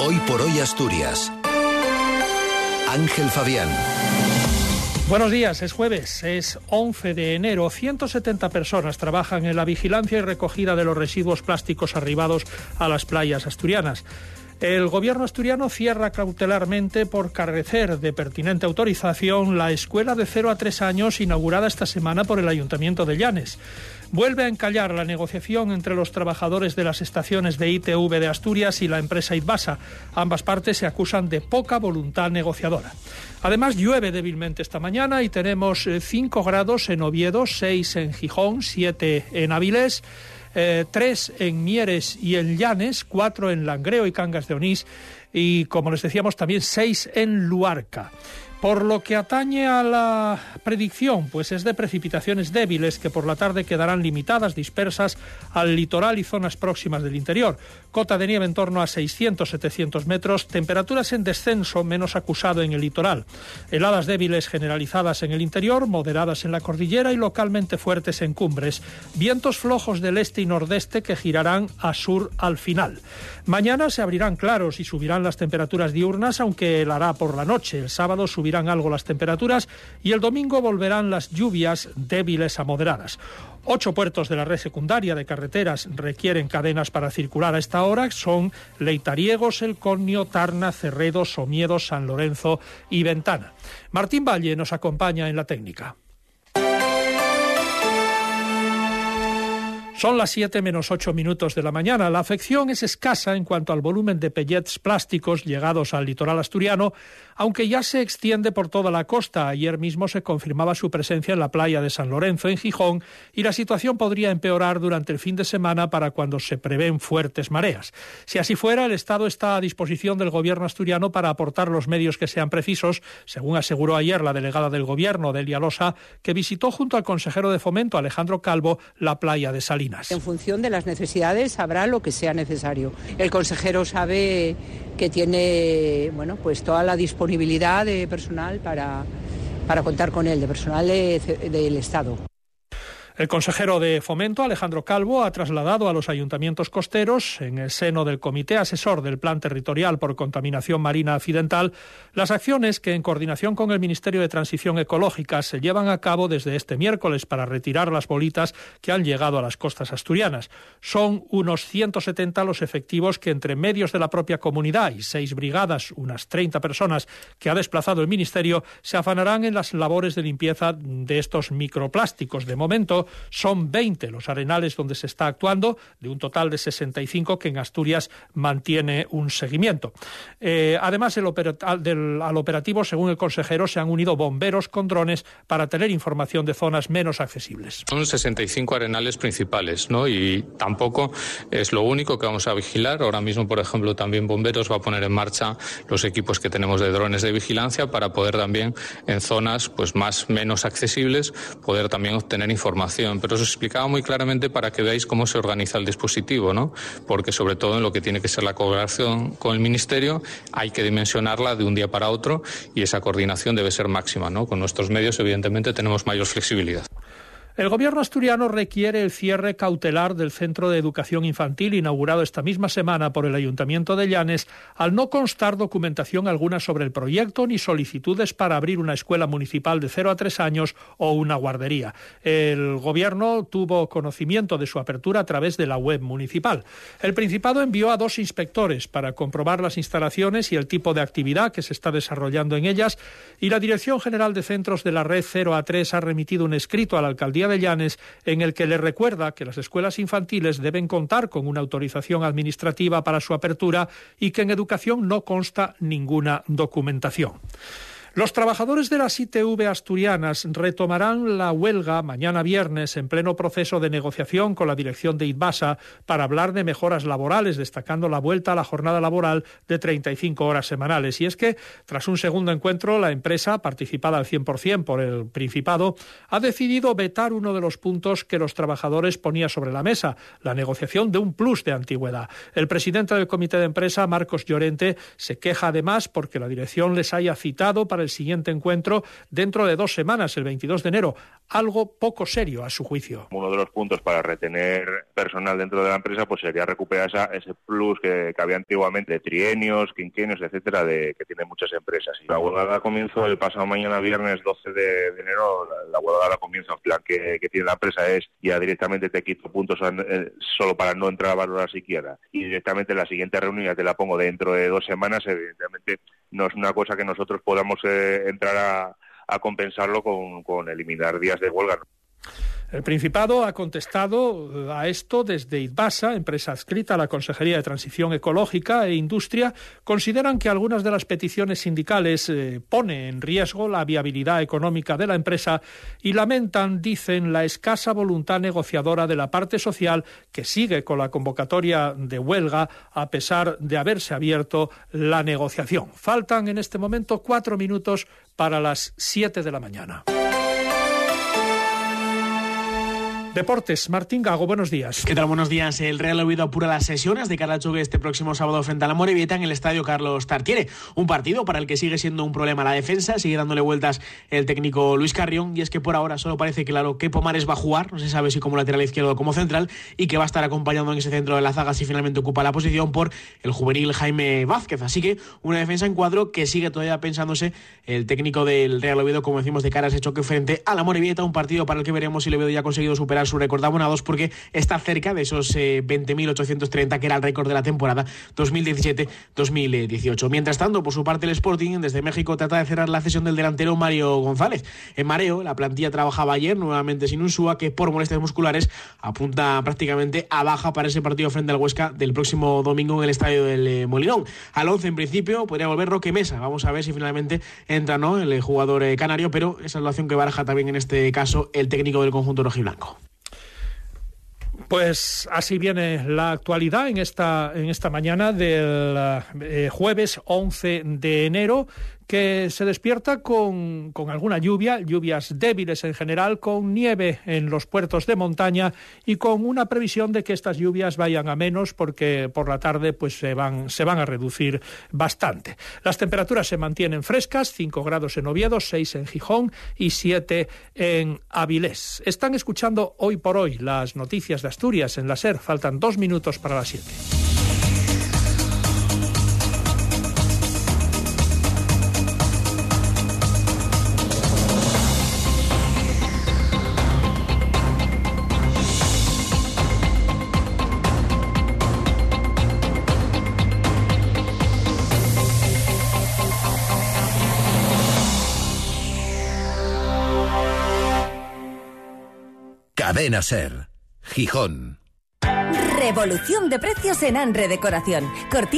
Hoy por hoy Asturias. Ángel Fabián. Buenos días, es jueves, es 11 de enero. 170 personas trabajan en la vigilancia y recogida de los residuos plásticos arribados a las playas asturianas. El gobierno asturiano cierra cautelarmente por carecer de pertinente autorización la escuela de 0 a 3 años inaugurada esta semana por el Ayuntamiento de Llanes. Vuelve a encallar la negociación entre los trabajadores de las estaciones de ITV de Asturias y la empresa Idbasa. Ambas partes se acusan de poca voluntad negociadora. Además, llueve débilmente esta mañana y tenemos 5 grados en Oviedo, 6 en Gijón, 7 en Avilés, 3 en Mieres y en Llanes, 4 en Langreo y Cangas de Onís y, como les decíamos, también 6 en Luarca. Por lo que atañe a la predicción, pues es de precipitaciones débiles que por la tarde quedarán limitadas, dispersas al litoral y zonas próximas del interior. Cota de nieve en torno a 600-700 metros, temperaturas en descenso menos acusado en el litoral. Heladas débiles generalizadas en el interior, moderadas en la cordillera y localmente fuertes en cumbres. Vientos flojos del este y nordeste que girarán a sur al final. Mañana se abrirán claros y subirán las temperaturas diurnas, aunque helará por la noche. El sábado subirán algo las temperaturas y el domingo volverán las lluvias débiles a moderadas. 8 puertos de la red secundaria de carreteras requieren cadenas para circular a esta hora. Son Leitariegos, El Conio, Tarna, Cerredo, Somiedo, San Lorenzo y Ventana. Martín Valle nos acompaña en la técnica. Son las 7 menos 8 minutos de la mañana. La afección es escasa en cuanto al volumen de pellets plásticos llegados al litoral asturiano, aunque ya se extiende por toda la costa. Ayer mismo se confirmaba su presencia en la playa de San Lorenzo, en Gijón, y la situación podría empeorar durante el fin de semana para cuando se prevén fuertes mareas. Si así fuera, el Estado está a disposición del gobierno asturiano para aportar los medios que sean precisos, según aseguró ayer la delegada del gobierno, Delia Losa, que visitó junto al consejero de Fomento, Alejandro Calvo, la playa de Salinas. En función de las necesidades habrá lo que sea necesario. El consejero sabe que tiene, pues toda la disponibilidad de personal para contar con él, de personal del Estado. El consejero de Fomento, Alejandro Calvo, ha trasladado a los ayuntamientos costeros, en el seno del Comité Asesor del Plan Territorial por Contaminación Marina Accidental, las acciones que, en coordinación con el Ministerio de Transición Ecológica, se llevan a cabo desde este miércoles para retirar las bolitas que han llegado a las costas asturianas. Son unos 170 los efectivos que, entre medios de la propia comunidad y 6 brigadas, unas 30 personas que ha desplazado el Ministerio, se afanarán en las labores de limpieza de estos microplásticos. De momento, son 20 los arenales donde se está actuando, de un total de 65 que en Asturias mantiene un seguimiento. Además, al operativo, según el consejero, se han unido bomberos con drones para tener información de zonas menos accesibles. Son 65 arenales principales, ¿no? Y tampoco es lo único que vamos a vigilar. Ahora mismo, por ejemplo, también Bomberos va a poner en marcha los equipos que tenemos de drones de vigilancia para poder también en zonas menos accesibles poder también obtener información. Pero os explicaba muy claramente para que veáis cómo se organiza el dispositivo, ¿no? Porque sobre todo en lo que tiene que ser la colaboración con el Ministerio hay que dimensionarla de un día para otro y esa coordinación debe ser máxima, ¿no? Con nuestros medios, evidentemente, tenemos mayor flexibilidad. El gobierno asturiano requiere el cierre cautelar del Centro de Educación Infantil inaugurado esta misma semana por el Ayuntamiento de Llanes, al no constar documentación alguna sobre el proyecto ni solicitudes para abrir una escuela municipal de 0 a 3 años o una guardería. El gobierno tuvo conocimiento de su apertura a través de la web municipal. El Principado envió a 2 inspectores para comprobar las instalaciones y el tipo de actividad que se está desarrollando en ellas, y la Dirección General de Centros de la Red 0 a 3 ha remitido un escrito a la Alcaldía de Llanes en el que le recuerda que las escuelas infantiles deben contar con una autorización administrativa para su apertura y que en educación no consta ninguna documentación. Los trabajadores de las ITV asturianas retomarán la huelga mañana viernes en pleno proceso de negociación con la dirección de Idbasa para hablar de mejoras laborales, destacando la vuelta a la jornada laboral de 35 horas semanales. Y es que, tras un segundo encuentro, la empresa, participada al 100% por el Principado, ha decidido vetar uno de los puntos que los trabajadores ponía sobre la mesa, la negociación de un plus de antigüedad. El presidente del comité de empresa, Marcos Llorente, se queja además porque la dirección les haya citado para para el siguiente encuentro dentro de 2 semanas, el 22 de enero. Algo poco serio, a su juicio. Uno de los puntos para retener personal dentro de la empresa pues sería recuperar ese plus que había antiguamente de trienios, quinquenios, etcétera, que tienen muchas empresas. Y la huelga da comienzo el pasado mañana, viernes 12 de enero. La huelga da comienzo. El plan que tiene la empresa es ya directamente te quito puntos solo para no entrar a valorar siquiera. Y directamente la siguiente reunión ya te la pongo dentro de 2 semanas. Evidentemente no es una cosa que nosotros podamos entrar a compensarlo con eliminar días de huelga. El Principado ha contestado a esto desde Idbasa, empresa adscrita a la Consejería de Transición Ecológica e Industria. Consideran que algunas de las peticiones sindicales pone en riesgo la viabilidad económica de la empresa y lamentan, dicen, la escasa voluntad negociadora de la parte social, que sigue con la convocatoria de huelga a pesar de haberse abierto la negociación. Faltan en este momento 4 minutos para las 7 de la mañana. Deportes, Martín Gago, buenos días. ¿Qué tal? Buenos días. El Real Oviedo apura las sesiones de cara al choque este próximo sábado frente a la Amorebieta en el estadio Carlos Tartiere. Un partido para el que sigue siendo un problema la defensa, sigue dándole vueltas el técnico Luis Carrión, y es que por ahora solo parece claro que Pomares va a jugar, no se sabe si como lateral izquierdo o como central, y que va a estar acompañando en ese centro de la zaga si finalmente ocupa la posición por el juvenil Jaime Vázquez. Así que una defensa en cuadro que sigue todavía pensándose el técnico del Real Oviedo, como decimos, de cara a ese choque frente a la Amorebieta, un partido para el que veremos si el Oviedo ya ha conseguido superar su récord de abonados, porque está cerca de esos 20.830 que era el récord de la temporada 2017-2018. Mientras tanto, por su parte, el Sporting desde México trata de cerrar la cesión del delantero Mario González. En mareo, la plantilla trabajaba ayer nuevamente sin Unsúa, que por molestias musculares apunta prácticamente a baja para ese partido frente al Huesca del próximo domingo en el estadio del Molinón. Al 11 en principio podría volver Roque Mesa. Vamos a ver si finalmente entra el jugador canario, pero esa es la opción que baraja también en este caso el técnico del conjunto rojiblanco. Pues así viene la actualidad en esta mañana del jueves 11 de enero, que se despierta con alguna lluvias débiles en general, con nieve en los puertos de montaña y con una previsión de que estas lluvias vayan a menos, porque por la tarde pues se van a reducir bastante. Las temperaturas se mantienen frescas, 5 grados en Oviedo, 6 en Gijón y 7 en Avilés. Están escuchando Hoy por Hoy las noticias de Asturias en la SER. Faltan 2 minutos para las 7. Cadena SER, Gijón. Revolución de precios en Anre Decoración.